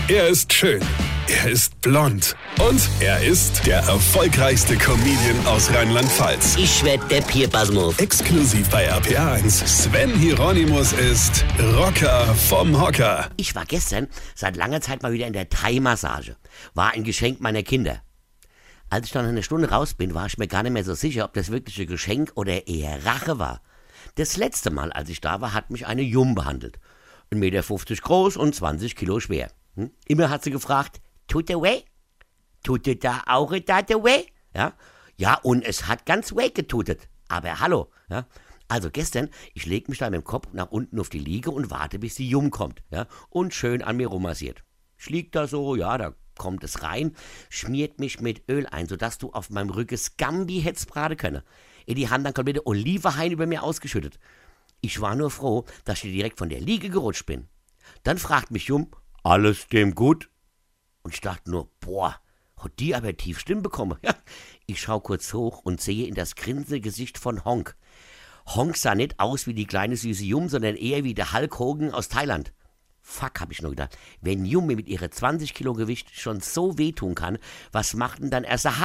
Er ist schön. Er ist blond. Und er ist der erfolgreichste Comedian aus Rheinland-Pfalz. Ich werd der Pierpasmus. Exklusiv bei RPA 1. Sven Hieronymus ist Rocker vom Hocker. Ich war gestern seit langer Zeit mal wieder in der Thai-Massage. War ein Geschenk meiner Kinder. Als ich dann eine Stunde raus bin, war ich mir gar nicht mehr so sicher, ob das wirklich ein Geschenk oder eher Rache war. Das letzte Mal, als ich da war, hat mich eine Jung behandelt. 1,50 Meter groß und 20 Kilo schwer. Immer hat sie gefragt, tut der weh? Tut der da auch weh? Ja, und es hat ganz weh getutet. Aber hallo, ja. Also gestern, ich leg mich da mit dem Kopf nach unten auf die Liege und warte, bis die Jung kommt, ja, und schön an mir rummassiert. Ich lieg da so, ja, da kommt es rein, schmiert mich mit Öl ein, sodass du auf meinem Rücken Scambi hättest braten können. Die haben dann komplett Olivenhain über mir ausgeschüttet. Ich war nur froh, dass ich direkt von der Liege gerutscht bin. Dann fragt mich Jung, alles dem gut? Und ich dachte nur, boah, hat die aber tief Stimmen bekommen. Ja, ich schau kurz hoch und sehe in das grinsende Gesicht von Honk. Honk sah nicht aus wie die kleine süße Jung, sondern eher wie der Hulk Hogan aus Thailand. Fuck, hab ich nur gedacht, wenn Jung mir mit ihrer 20 Kilo Gewicht schon so wehtun kann, was macht denn dann erst der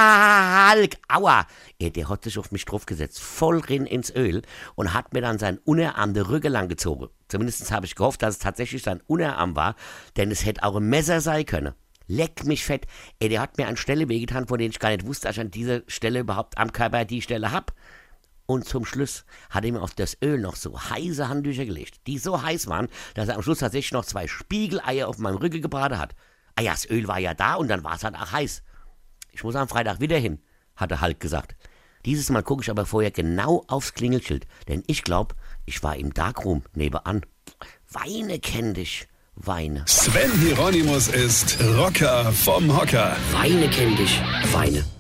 Hulk? Aua! Der hat sich auf mich draufgesetzt, voll rein ins Öl und hat mir dann seinen Unterarm der Rücken lang gezogen. Zumindest habe ich gehofft, dass es tatsächlich sein Unterarm war, denn es hätte auch ein Messer sein können. Leck mich fett. Der hat mir an Stelle wehgetan, von denen ich gar nicht wusste, dass ich an dieser Stelle überhaupt am Körper die Stelle hab. Und zum Schluss hat er mir auf das Öl noch so heiße Handtücher gelegt, die so heiß waren, dass er am Schluss tatsächlich noch 2 Spiegeleier auf meinem Rücken gebraten hat. Ah ja, das Öl war ja da und dann war es halt auch heiß. Ich muss am Freitag wieder hin, hat er halt gesagt. Dieses Mal gucke ich aber vorher genau aufs Klingelschild, denn ich glaube, ich war im Darkroom nebenan. Weine kenn dich, Weine. Sven Hieronymus ist Rocker vom Hocker. Weine kenn dich, Weine.